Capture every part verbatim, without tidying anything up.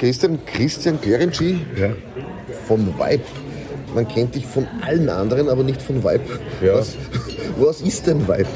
Christian, Christian Clerenci ja. von Vibe. Man kennt dich von allen anderen, aber nicht von Vibe. Ja. Was, was ist denn Vibe?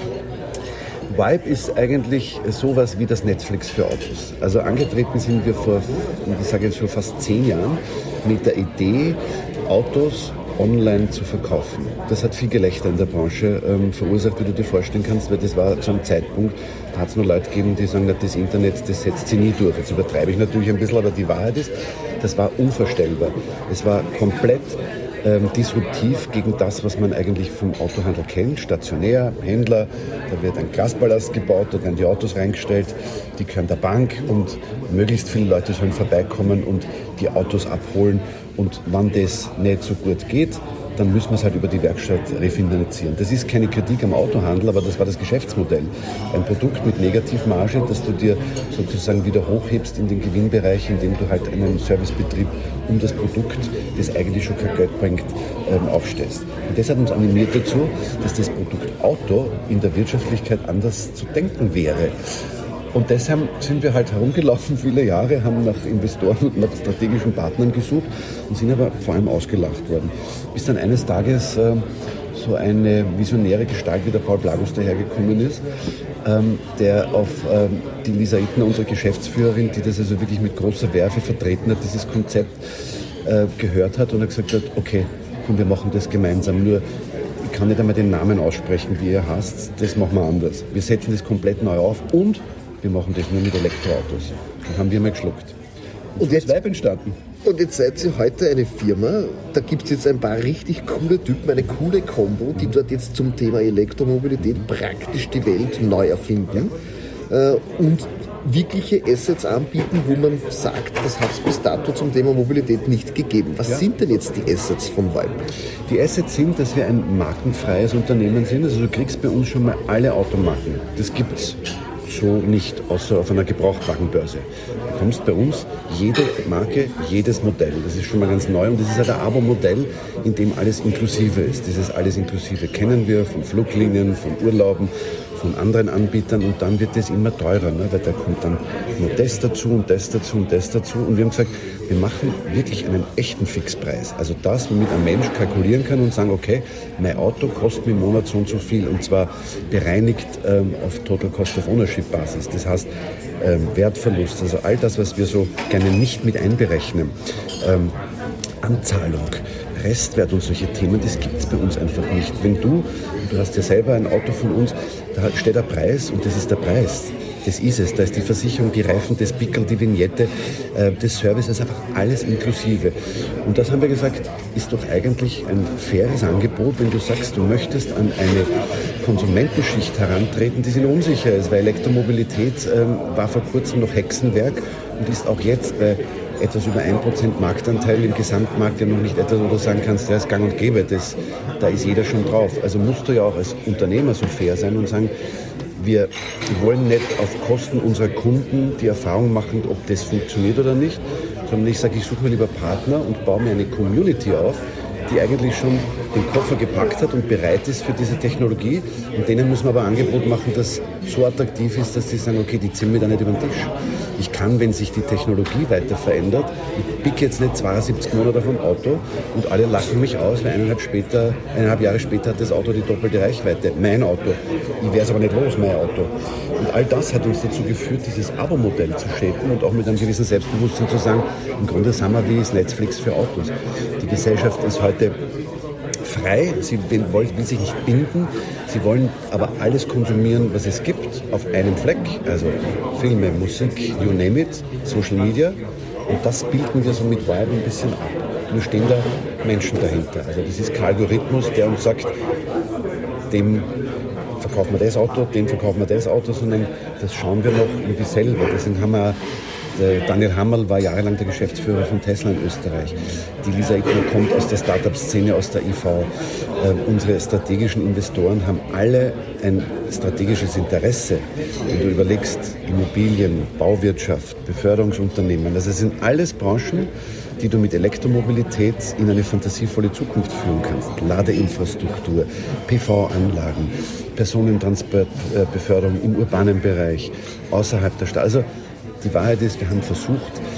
Vibe ist eigentlich sowas wie das Netflix für Autos. Also angetreten sind wir vor, ich sage jetzt schon fast zehn Jahren, mit der Idee, Autos online zu verkaufen. Das hat viel Gelächter in der Branche ähm, verursacht, wie du dir vorstellen kannst, weil das war zu einem Zeitpunkt, da hat es nur Leute gegeben, die sagen, das Internet, das setzt sie nie durch. Jetzt übertreibe ich natürlich ein bisschen, aber die Wahrheit ist, das war unvorstellbar. Es war komplett ähm, disruptiv gegen das, was man eigentlich vom Autohandel kennt. Stationär, Händler, da wird ein Glaspalast gebaut, da werden die Autos reingestellt, die gehören der Bank und möglichst viele Leute sollen vorbeikommen und die Autos abholen. Und wenn das nicht so gut geht, dann müssen wir es halt über die Werkstatt refinanzieren. Das ist keine Kritik am Autohandel, aber das war das Geschäftsmodell. Ein Produkt mit Negativmarge, das du dir sozusagen wieder hochhebst in den Gewinnbereich, indem du halt einen Servicebetrieb um das Produkt, das eigentlich schon kein Geld bringt, ähm, aufstellst. Und das hat uns animiert dazu, dass das Produkt Auto in der Wirtschaftlichkeit anders zu denken wäre. Und deshalb sind wir halt herumgelaufen viele Jahre, haben nach Investoren und nach strategischen Partnern gesucht und sind aber vor allem ausgelacht worden. Bis dann eines Tages äh, so eine visionäre Gestalt wie der Paul Plagus dahergekommen ist, ähm, der auf ähm, die Lisa Ittner, unsere Geschäftsführerin, die das also wirklich mit großer Werfe vertreten hat, dieses Konzept äh, gehört hat und hat gesagt hat, okay, komm, wir machen das gemeinsam, nur ich kann nicht einmal den Namen aussprechen, wie ihr hasst, das machen wir anders. Wir setzen das komplett neu auf und wir machen das nur mit Elektroautos. Dann haben wir mal geschluckt. Und, und jetzt ist Vibe entstanden. Und jetzt seid ihr heute eine Firma, da gibt es jetzt ein paar richtig coole Typen, eine coole Kombo, die dort jetzt zum Thema Elektromobilität praktisch die Welt neu erfinden äh, und wirkliche Assets anbieten, wo man sagt, das hat es bis dato zum Thema Mobilität nicht gegeben. Was ja. sind denn jetzt die Assets von Vibe? Die Assets sind, dass wir ein markenfreies Unternehmen sind. Also du kriegst bei uns schon mal alle Automarken. Das gibt's so nicht, außer auf einer Gebrauchtwagenbörse. Du bekommst bei uns jede Marke, jedes Modell. Das ist schon mal ganz neu und das ist halt ein Abo-Modell, in dem alles inklusive ist. Dieses alles inklusive kennen wir von Fluglinien, von Urlauben, von anderen Anbietern und dann wird das immer teurer, ne? Weil da kommt dann nur das dazu und das dazu und das dazu und wir haben gesagt, wir machen wirklich einen echten Fixpreis. Also das, womit ein Mensch kalkulieren kann und sagen, okay, mein Auto kostet mir im Monat so und so viel und zwar bereinigt ähm, auf Total Cost of Ownership Basis. Das heißt ähm, Wertverlust, also all das, was wir so gerne nicht mit einberechnen. Ähm, Anzahlung, Restwert und solche Themen, das gibt es bei uns einfach nicht. Wenn du, du hast ja selber ein Auto von uns, da steht der Preis und das ist der Preis. Das ist es. Da ist die Versicherung, die Reifen, das Pickel, die Vignette, äh, das Service, das ist einfach alles inklusive. Und das haben wir gesagt, ist doch eigentlich ein faires Angebot, wenn du sagst, du möchtest an eine Konsumentenschicht herantreten, die sich noch unsicher ist, weil Elektromobilität ähm, war vor kurzem noch Hexenwerk und ist auch jetzt bei etwas über ein Prozent Marktanteil im Gesamtmarkt ja noch nicht etwas, wo du sagen kannst, das ist gang und gäbe, das, da ist jeder schon drauf. Also musst du ja auch als Unternehmer so fair sein und sagen, wir wollen nicht auf Kosten unserer Kunden die Erfahrung machen, ob das funktioniert oder nicht, sondern ich sage, ich suche mir lieber Partner und baue mir eine Community auf, die eigentlich schon den Koffer gepackt hat und bereit ist für diese Technologie. Und denen müssen wir aber ein Angebot machen, das so attraktiv ist, dass sie sagen, okay, die ziehen mir da nicht über den Tisch. Ich kann, wenn sich die Technologie weiter verändert, ich pick jetzt nicht zweiundsiebzig Monate vom Auto und alle lachen mich aus, weil eineinhalb, später, eineinhalb Jahre später hat das Auto die doppelte Reichweite. Mein Auto. Ich wäre es aber nicht los, mein Auto. Und all das hat uns dazu geführt, dieses Abo-Modell zu shapen und auch mit einem gewissen Selbstbewusstsein zu sagen, im Grunde sind wir wie das Netflix für Autos. Die Gesellschaft ist heute frei, sie will, will sich nicht binden, sie wollen aber alles konsumieren, was es gibt, auf einem Fleck, also Filme, Musik, you name it, Social Media und das bilden wir so mit Vibe ein bisschen ab. Nur stehen da Menschen dahinter, also das ist kein Algorithmus, der uns sagt, dem verkaufen wir das Auto, dem verkaufen wir das Auto, sondern das schauen wir noch irgendwie selber, deswegen haben wir Der Daniel Hammerl war jahrelang der Geschäftsführer von Tesla in Österreich. Die Lisa Ittner kommt aus der Startup-Szene, aus der I V. Äh, unsere strategischen Investoren haben alle ein strategisches Interesse. Wenn du überlegst, Immobilien, Bauwirtschaft, Beförderungsunternehmen, das sind alles Branchen, die du mit Elektromobilität in eine fantasievolle Zukunft führen kannst. Ladeinfrastruktur, P V-Anlagen, Personentransportbeförderung im urbanen Bereich, außerhalb der Stadt. Also die Wahrheit ist, wir haben versucht,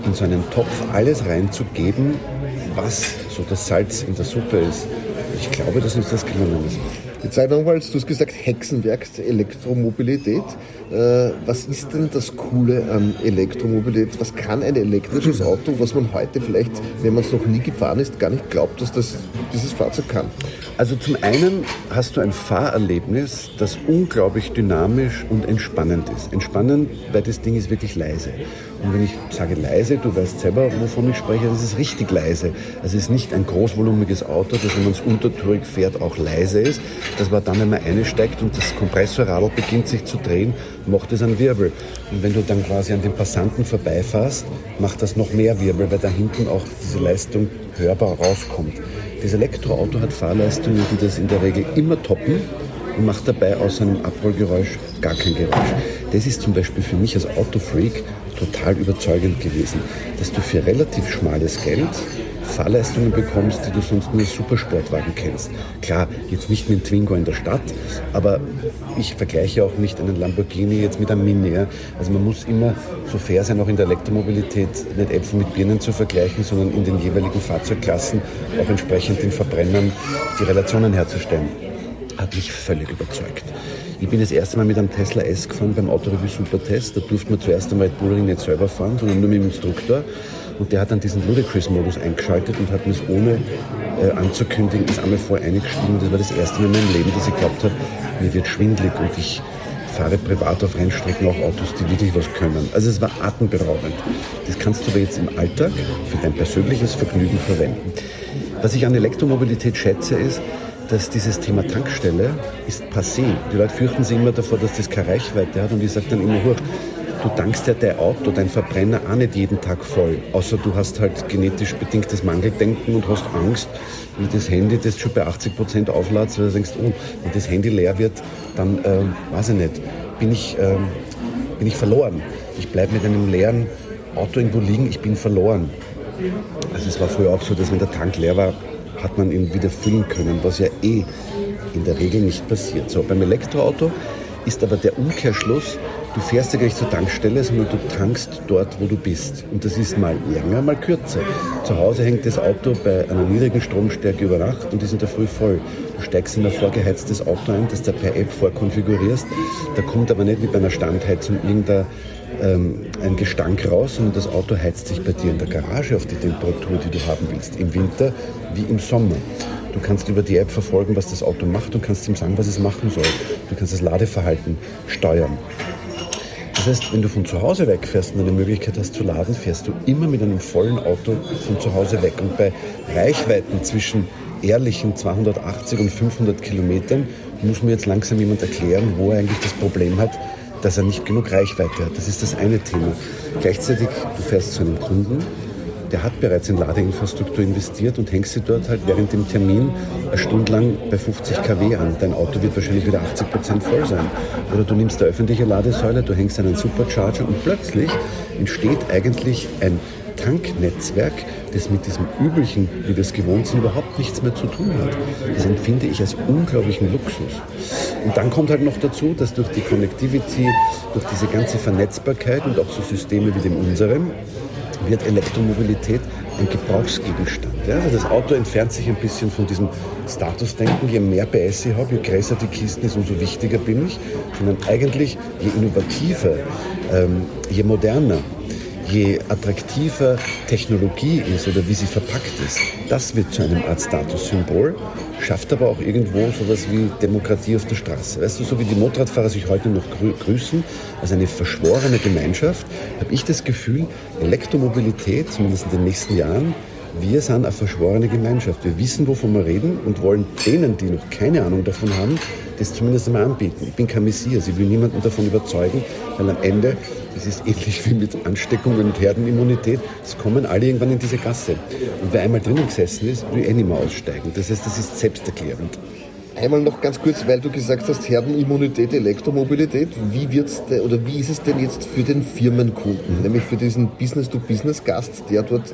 in so einen Topf alles reinzugeben, was so das Salz in der Suppe ist. Ich glaube, dass uns das gelungen ist. Jetzt sag nochmal, du hast gesagt Hexenwerk der Elektromobilität. Äh, was ist denn das Coole an Elektromobilität? Was kann ein elektrisches Auto, was man heute vielleicht, wenn man es noch nie gefahren ist, gar nicht glaubt, dass das dieses Fahrzeug kann? Also zum einen hast du ein Fahrerlebnis, das unglaublich dynamisch und entspannend ist. Entspannend, weil das Ding ist wirklich leise. Und wenn ich sage leise, du weißt selber, wovon ich spreche, das ist richtig leise. Also es ist nicht ein großvolumiges Auto, das, wenn man es untertourig fährt, auch leise ist. Das war dann, wenn man einsteigt und das Kompressorradl beginnt sich zu drehen, macht es einen Wirbel. Und wenn du dann quasi an den Passanten vorbeifährst, macht das noch mehr Wirbel, weil da hinten auch diese Leistung hörbar rauskommt. Das Elektroauto hat Fahrleistungen, die das in der Regel immer toppen und macht dabei aus einem Abrollgeräusch gar kein Geräusch. Das ist zum Beispiel für mich als Autofreak total überzeugend gewesen, dass du für relativ schmales Geld Fahrleistungen bekommst, die du sonst nur als Supersportwagen kennst. Klar, jetzt nicht mit einem Twingo in der Stadt, aber ich vergleiche auch nicht einen Lamborghini jetzt mit einem Mini. Ja. Also man muss immer so fair sein, auch in der Elektromobilität, nicht Äpfel mit Birnen zu vergleichen, sondern in den jeweiligen Fahrzeugklassen auch entsprechend den Verbrennern die Relationen herzustellen. Hat mich völlig überzeugt. Ich bin das erste Mal mit einem Tesla S gefahren beim Autorevue Supertest. Da durfte man zuerst einmal Bullring nicht selber fahren, sondern nur mit dem Instruktor. Und der hat dann diesen Ludicrous-Modus eingeschaltet und hat mir es ohne äh, anzukündigen, ist einmal voll eingestiegen. Das war das erste Mal in meinem Leben, dass ich geglaubt habe, mir wird schwindelig und ich fahre privat auf Rennstrecken auch Autos, die wirklich was können. Also es war atemberaubend. Das kannst du aber jetzt im Alltag für dein persönliches Vergnügen verwenden. Was ich an Elektromobilität schätze, ist, dass dieses Thema Tankstelle ist passé. Die Leute fürchten sich immer davor, dass das keine Reichweite hat und ich sage dann immer, hoch, du tankst ja dein Auto, dein Verbrenner auch nicht jeden Tag voll. Außer du hast halt genetisch bedingtes Mangeldenken und hast Angst, wie das Handy, das schon bei achtzig Prozent aufladst, weil du denkst, oh, wenn das Handy leer wird, dann, äh, weiß ich nicht, bin ich, äh, bin ich verloren. Ich bleibe mit einem leeren Auto irgendwo liegen, ich bin verloren. Also es war früher auch so, dass wenn der Tank leer war, hat man ihn wieder füllen können, was ja eh in der Regel nicht passiert. So, beim Elektroauto ist aber der Umkehrschluss, du fährst ja gar nicht zur Tankstelle, sondern du tankst dort, wo du bist. Und das ist mal länger, mal kürzer. Zu Hause hängt das Auto bei einer niedrigen Stromstärke über Nacht und ist in der Früh voll. Du steigst in ein vorgeheiztes Auto ein, das du per App vorkonfigurierst. Da kommt aber nicht wie bei einer Standheizung irgendein ähm, ein Gestank raus, sondern das Auto heizt sich bei dir in der Garage auf die Temperatur, die du haben willst. Im Winter wie im Sommer. Du kannst über die App verfolgen, was das Auto macht und kannst ihm sagen, was es machen soll. Du kannst das Ladeverhalten steuern. Das heißt, wenn du von zu Hause wegfährst und eine Möglichkeit hast zu laden, fährst du immer mit einem vollen Auto von zu Hause weg. Und bei Reichweiten zwischen ehrlichen zweihundertachtzig und fünfhundert Kilometern muss mir jetzt langsam jemand erklären, wo er eigentlich das Problem hat, dass er nicht genug Reichweite hat. Das ist das eine Thema. Gleichzeitig, du fährst zu einem Kunden, der hat bereits in Ladeinfrastruktur investiert und hängst sie dort halt während dem Termin eine Stunde lang bei fünfzig Kilowatt an. Dein Auto wird wahrscheinlich wieder achtzig Prozent voll sein. Oder du nimmst eine öffentliche Ladesäule, du hängst einen Supercharger und plötzlich entsteht eigentlich ein Tanknetzwerk, das mit diesem üblichen, wie wir es gewohnt sind, überhaupt nichts mehr zu tun hat. Das empfinde ich als unglaublichen Luxus. Und dann kommt halt noch dazu, dass durch die Connectivity, durch diese ganze Vernetzbarkeit und auch so Systeme wie dem unseren, wird Elektromobilität ein Gebrauchsgegenstand. Ja? Also das Auto entfernt sich ein bisschen von diesem Statusdenken, je mehr P S ich habe, je größer die Kiste ist, umso wichtiger bin ich, sondern eigentlich je innovativer, ähm, je moderner, je attraktiver Technologie ist oder wie sie verpackt ist, das wird zu einem Art Statussymbol, schafft aber auch irgendwo sowas wie Demokratie auf der Straße. Weißt du, so wie die Motorradfahrer sich heute noch grü- grüßen, als eine verschworene Gemeinschaft, habe ich das Gefühl, Elektromobilität, zumindest in den nächsten Jahren, wir sind eine verschworene Gemeinschaft. Wir wissen, wovon wir reden und wollen denen, die noch keine Ahnung davon haben, das zumindest einmal anbieten. Ich bin kein Messias, ich will niemanden davon überzeugen, weil am Ende, das ist ähnlich wie mit Ansteckung und Herdenimmunität, es kommen alle irgendwann in diese Gasse. Und wer einmal drinnen gesessen ist, will eh nicht mehr aussteigen. Das heißt, das ist selbsterklärend. Einmal noch ganz kurz, weil du gesagt hast, Herdenimmunität, Elektromobilität. Wie wird's de, oder wie ist es denn jetzt für den Firmenkunden, nämlich für diesen Business-to-Business-Gast, der dort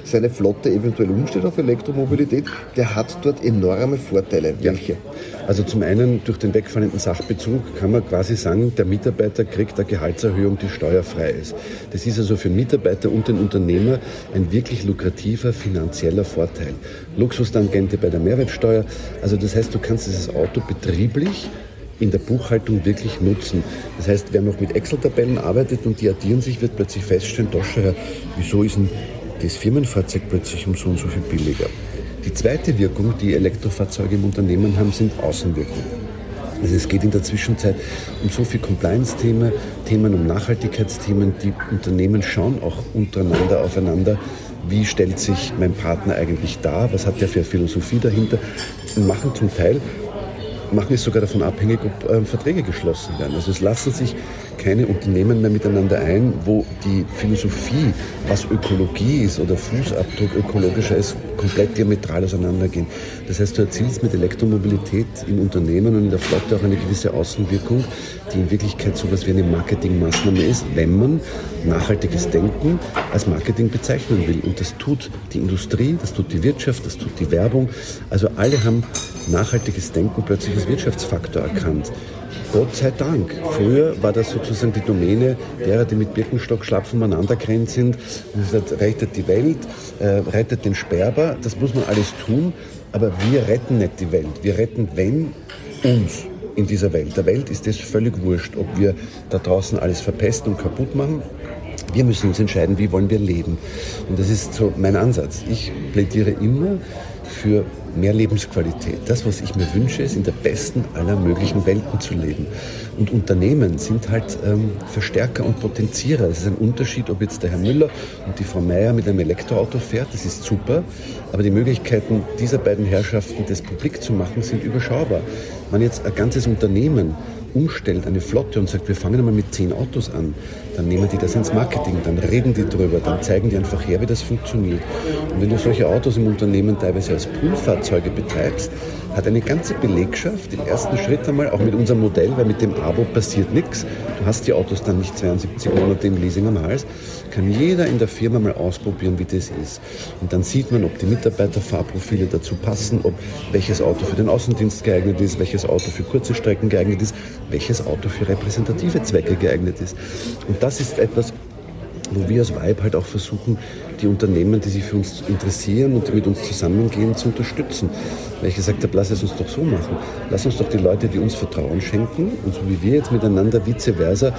seine Flotte eventuell umstellt auf Elektromobilität, der hat dort enorme Vorteile. Welche? Ja. Also zum einen durch den wegfallenden Sachbezug kann man quasi sagen, der Mitarbeiter kriegt eine Gehaltserhöhung, die steuerfrei ist. Das ist also für den Mitarbeiter und den Unternehmer ein wirklich lukrativer finanzieller Vorteil. Luxustangente bei der Mehrwertsteuer. Also das heißt, du kannst dieses Auto betrieblich in der Buchhaltung wirklich nutzen. Das heißt, wer noch mit Excel-Tabellen arbeitet und die addieren sich, wird plötzlich feststellen, doch schau her, wieso ist denn das Firmenfahrzeug plötzlich um so und so viel billiger? Die zweite Wirkung, die Elektrofahrzeuge im Unternehmen haben, sind Außenwirkungen. Also es geht in der Zwischenzeit um so viele Compliance-Themen, Themen um Nachhaltigkeitsthemen. Die Unternehmen schauen auch untereinander aufeinander, wie stellt sich mein Partner eigentlich dar, was hat der für eine Philosophie dahinter, und machen zum Teil machen es sogar davon abhängig, ob ähm, Verträge geschlossen werden. Also es lassen sich keine Unternehmen mehr miteinander ein, wo die Philosophie, was Ökologie ist oder Fußabdruck ökologischer ist, komplett diametral auseinandergehen. Das heißt, du erzielst mit Elektromobilität im Unternehmen und in der Flotte auch eine gewisse Außenwirkung, die in Wirklichkeit so etwas wie eine Marketingmaßnahme ist, wenn man nachhaltiges Denken als Marketing bezeichnen will. Und das tut die Industrie, das tut die Wirtschaft, das tut die Werbung. Also alle haben nachhaltiges Denken plötzlich als Wirtschaftsfaktor erkannt. Gott sei Dank. Früher war das sozusagen die Domäne derer, die mit Birkenstock-Schlapfen umeinander gerannt sind. Und gesagt, rettet die Welt, äh, rettet den Sperber. Das muss man alles tun. Aber wir retten nicht die Welt. Wir retten, wenn, uns in dieser Welt. Der Welt ist das völlig wurscht, ob wir da draußen alles verpesten und kaputt machen. Wir müssen uns entscheiden, wie wollen wir leben. Und das ist so mein Ansatz. Ich plädiere immer für mehr Lebensqualität. Das, was ich mir wünsche, ist, in der besten aller möglichen Welten zu leben. Und Unternehmen sind halt ähm, Verstärker und Potenzierer. Es ist ein Unterschied, ob jetzt der Herr Müller und die Frau Meier mit einem Elektroauto fährt, das ist super, aber die Möglichkeiten dieser beiden Herrschaften, das publik zu machen, sind überschaubar. Wenn jetzt ein ganzes Unternehmen umstellt, eine Flotte und sagt, wir fangen einmal mit zehn Autos an, dann nehmen die das ins Marketing, dann reden die drüber, dann zeigen die einfach her, wie das funktioniert. Und wenn du solche Autos im Unternehmen teilweise als Poolfahrzeuge betreibst, hat eine ganze Belegschaft im ersten Schritt einmal, auch mit unserem Modell, weil mit dem Abo passiert nichts, du hast die Autos dann nicht zweiundsiebzig Monate im Leasing am Hals, kann jeder in der Firma mal ausprobieren, wie das ist. Und dann sieht man, ob die Mitarbeiterfahrprofile dazu passen, ob welches Auto für den Außendienst geeignet ist, welches Auto für kurze Strecken geeignet ist, welches Auto für repräsentative Zwecke geeignet ist. Und das ist etwas, wo wir als Vibe halt auch versuchen, die Unternehmen, die sich für uns interessieren und die mit uns zusammengehen, zu unterstützen. Weil ich gesagt habe, lass es uns doch so machen. Lass uns doch die Leute, die uns Vertrauen schenken und so wie wir jetzt miteinander vice versa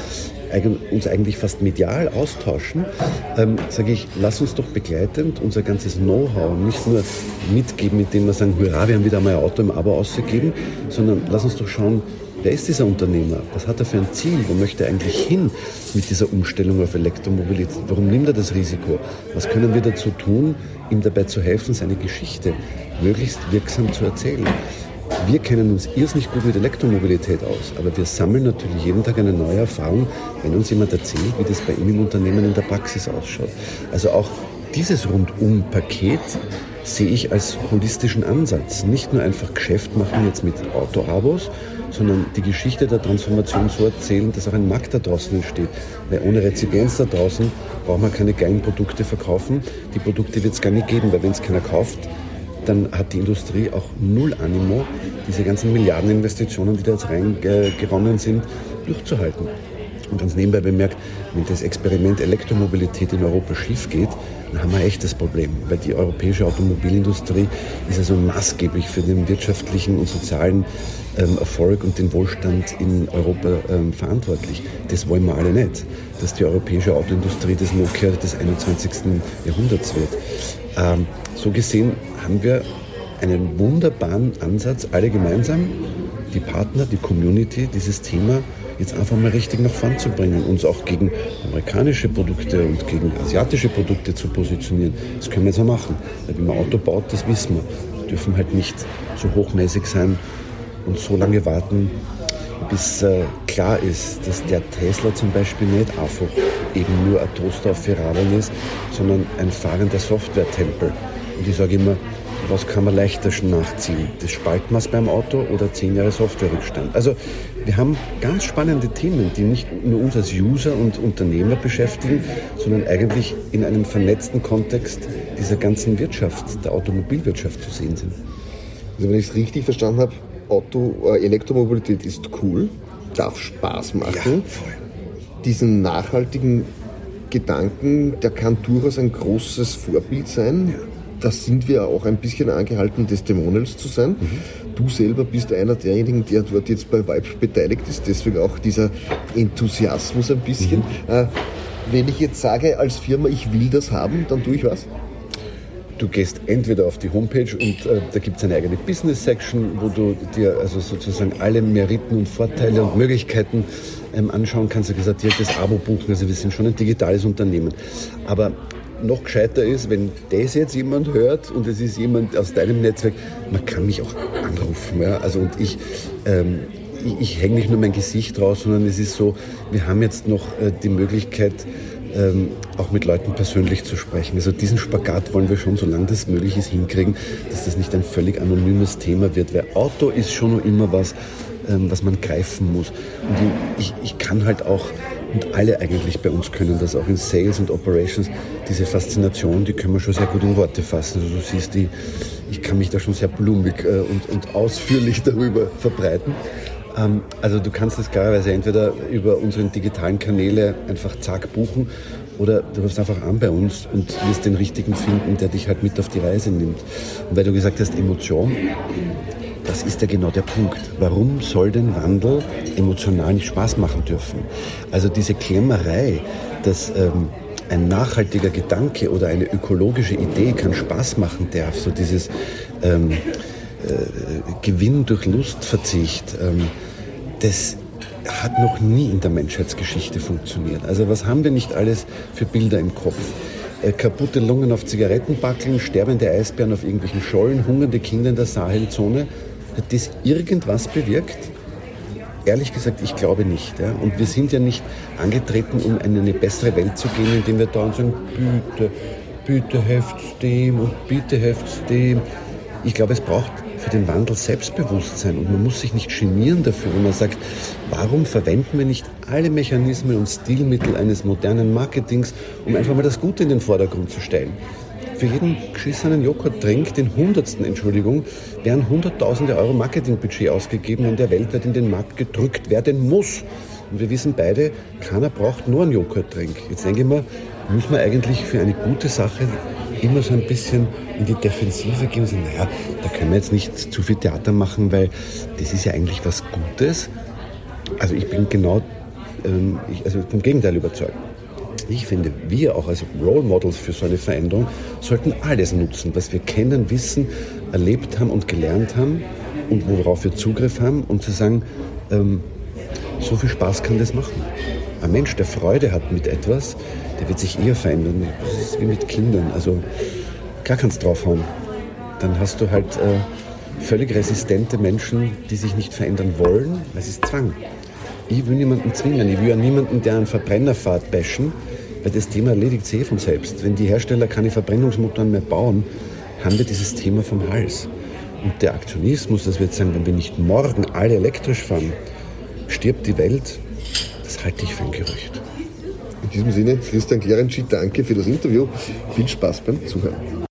uns eigentlich fast medial austauschen, ähm, sage ich, lass uns doch begleitend unser ganzes Know-how nicht nur mitgeben, mit dem wir sagen, hurra, wir haben wieder mal ein Auto im Abo ausgegeben, sondern lass uns doch schauen, wer ist dieser Unternehmer? Was hat er für ein Ziel? Wo möchte er eigentlich hin mit dieser Umstellung auf Elektromobilität? Warum nimmt er das Risiko? Was können wir dazu tun, ihm dabei zu helfen, seine Geschichte möglichst wirksam zu erzählen? Wir kennen uns irrsinnig gut mit Elektromobilität aus, aber wir sammeln natürlich jeden Tag eine neue Erfahrung, wenn uns jemand erzählt, wie das bei ihm im Unternehmen in der Praxis ausschaut. Also auch dieses Rundum-Paket sehe ich als holistischen Ansatz. Nicht nur einfach Geschäft machen jetzt mit Autoabos, sondern die Geschichte der Transformation so erzählen, dass auch ein Markt da draußen entsteht. Weil ohne Rezipienz da draußen braucht man keine geilen Produkte verkaufen. Die Produkte wird es gar nicht geben, weil wenn es keiner kauft, dann hat die Industrie auch null Animo, diese ganzen Milliardeninvestitionen, die da jetzt reingeronnen sind, durchzuhalten. Und ganz nebenbei bemerkt, wenn das Experiment Elektromobilität in Europa schief geht, dann haben wir ein echtes Problem, weil die europäische Automobilindustrie ist also maßgeblich für den wirtschaftlichen und sozialen ähm, Erfolg und den Wohlstand in Europa ähm, verantwortlich. Das wollen wir alle nicht, dass die europäische Autoindustrie das Nokia des einundzwanzigsten Jahrhunderts wird. Ähm, so gesehen haben wir einen wunderbaren Ansatz, alle gemeinsam, die Partner, die Community, dieses Thema jetzt einfach mal richtig nach vorn zu bringen, uns auch gegen amerikanische Produkte und gegen asiatische Produkte zu positionieren. Das können wir jetzt auch machen, weil wenn man Auto baut, das wissen wir. Wir dürfen halt nicht so hochnäsig sein und so lange warten, bis äh, klar ist, dass der Tesla zum Beispiel nicht einfach eben nur ein Toaster auf vier Radeln ist, sondern ein fahrender Software-Tempel. Und ich sage immer, was kann man leichter nachziehen? Das Spaltmaß beim Auto oder zehn Jahre Softwarerückstand? Also wir haben ganz spannende Themen, die nicht nur uns als User und Unternehmer beschäftigen, sondern eigentlich in einem vernetzten Kontext dieser ganzen Wirtschaft, der Automobilwirtschaft zu sehen sind. Also wenn ich es richtig verstanden habe, Auto, äh, Elektromobilität ist cool, darf Spaß machen. Ja, voll. Diesen nachhaltigen Gedanken, der kann durchaus ein großes Vorbild sein. Ja. Da sind wir auch ein bisschen angehalten, Testimonials zu sein. Mhm. Du selber bist einer derjenigen, der dort jetzt bei Vibe beteiligt ist, deswegen auch dieser Enthusiasmus ein bisschen. Mhm. Äh, wenn ich jetzt sage als Firma, ich will das haben, dann tue ich was? Du gehst entweder auf die Homepage und äh, da gibt es eine eigene Business-Section, wo du dir also sozusagen alle Meriten und Vorteile und Möglichkeiten ähm, anschauen kannst. Du kannst dir das Abo buchen, also wir sind schon ein digitales Unternehmen. Aber noch gescheiter ist, wenn das jetzt jemand hört und es ist jemand aus deinem Netzwerk, man kann mich auch anrufen. Ja? Also und ich, ähm, ich, ich hänge nicht nur mein Gesicht raus, sondern es ist so, wir haben jetzt noch äh, die Möglichkeit, ähm, auch mit Leuten persönlich zu sprechen. Also diesen Spagat wollen wir schon, solange das möglich ist, hinkriegen, dass das nicht ein völlig anonymes Thema wird, weil Auto ist schon noch immer was, ähm, was man greifen muss. Und ich, ich kann halt auch, und alle eigentlich bei uns können das auch in Sales und Operations, diese Faszination, die können wir schon sehr gut in Worte fassen. Also du siehst, die, ich kann mich da schon sehr blumig äh, und, und ausführlich darüber verbreiten. Ähm, also du kannst das klarerweise entweder über unsere digitalen Kanäle einfach zack buchen oder du rufst einfach an bei uns und wirst den richtigen finden, der dich halt mit auf die Reise nimmt. Und weil du gesagt hast, Emotion, das ist ja genau der Punkt. Warum soll denn Wandel emotional nicht Spaß machen dürfen? Also diese Klemmerei, dass ähm, ein nachhaltiger Gedanke oder eine ökologische Idee kann Spaß machen darf, so dieses ähm, äh, Gewinn durch Lustverzicht, ähm, das hat noch nie in der Menschheitsgeschichte funktioniert. Also was haben wir nicht alles für Bilder im Kopf? Äh, kaputte Lungen auf Zigarettenbackeln, sterbende Eisbären auf irgendwelchen Schollen, hungernde Kinder in der Sahelzone. Hat das irgendwas bewirkt? Ehrlich gesagt, ich glaube nicht. Ja? Und wir sind ja nicht angetreten, um in eine bessere Welt zu gehen, indem wir da und sagen, bitte, bitte helft's dem und bitte helft's dem. Ich glaube, es braucht für den Wandel Selbstbewusstsein und man muss sich nicht genieren dafür, wenn man sagt, warum verwenden wir nicht alle Mechanismen und Stilmittel eines modernen Marketings, um einfach mal das Gute in den Vordergrund zu stellen. Für jeden geschissenen Joghurttrink, den hundertsten, Entschuldigung, werden hunderttausende Euro Marketingbudget ausgegeben und der weltweit in den Markt gedrückt werden muss. Und wir wissen beide, keiner braucht nur einen Joghurttrink. Jetzt denke ich mir, muss man eigentlich für eine gute Sache immer so ein bisschen in die Defensive gehen und sagen, naja, da können wir jetzt nicht zu viel Theater machen, weil das ist ja eigentlich was Gutes. Also ich bin genau ähm, ich, also vom Gegenteil überzeugt. Ich finde, wir auch als Role Models für so eine Veränderung sollten alles nutzen, was wir kennen, wissen, erlebt haben und gelernt haben und worauf wir Zugriff haben, um zu sagen, ähm, so viel Spaß kann das machen. Ein Mensch, der Freude hat mit etwas, der wird sich eher verändern. Das ist wie mit Kindern. Also klar kannst du draufhauen. Dann hast du halt äh, völlig resistente Menschen, die sich nicht verändern wollen, weil es ist Zwang. Ich will niemanden zwingen. Ich will ja niemanden, der einen Verbrenner fährt, bashen, weil das Thema erledigt sich eh von selbst. Wenn die Hersteller keine Verbrennungsmotoren mehr bauen, haben wir dieses Thema vom Hals. Und der Aktionismus, dass wir jetzt sagen, wenn wir nicht morgen alle elektrisch fahren, stirbt die Welt, das halte ich für ein Gerücht. In diesem Sinne, Christian Klerentschi, danke für das Interview. Viel Spaß beim Zuhören.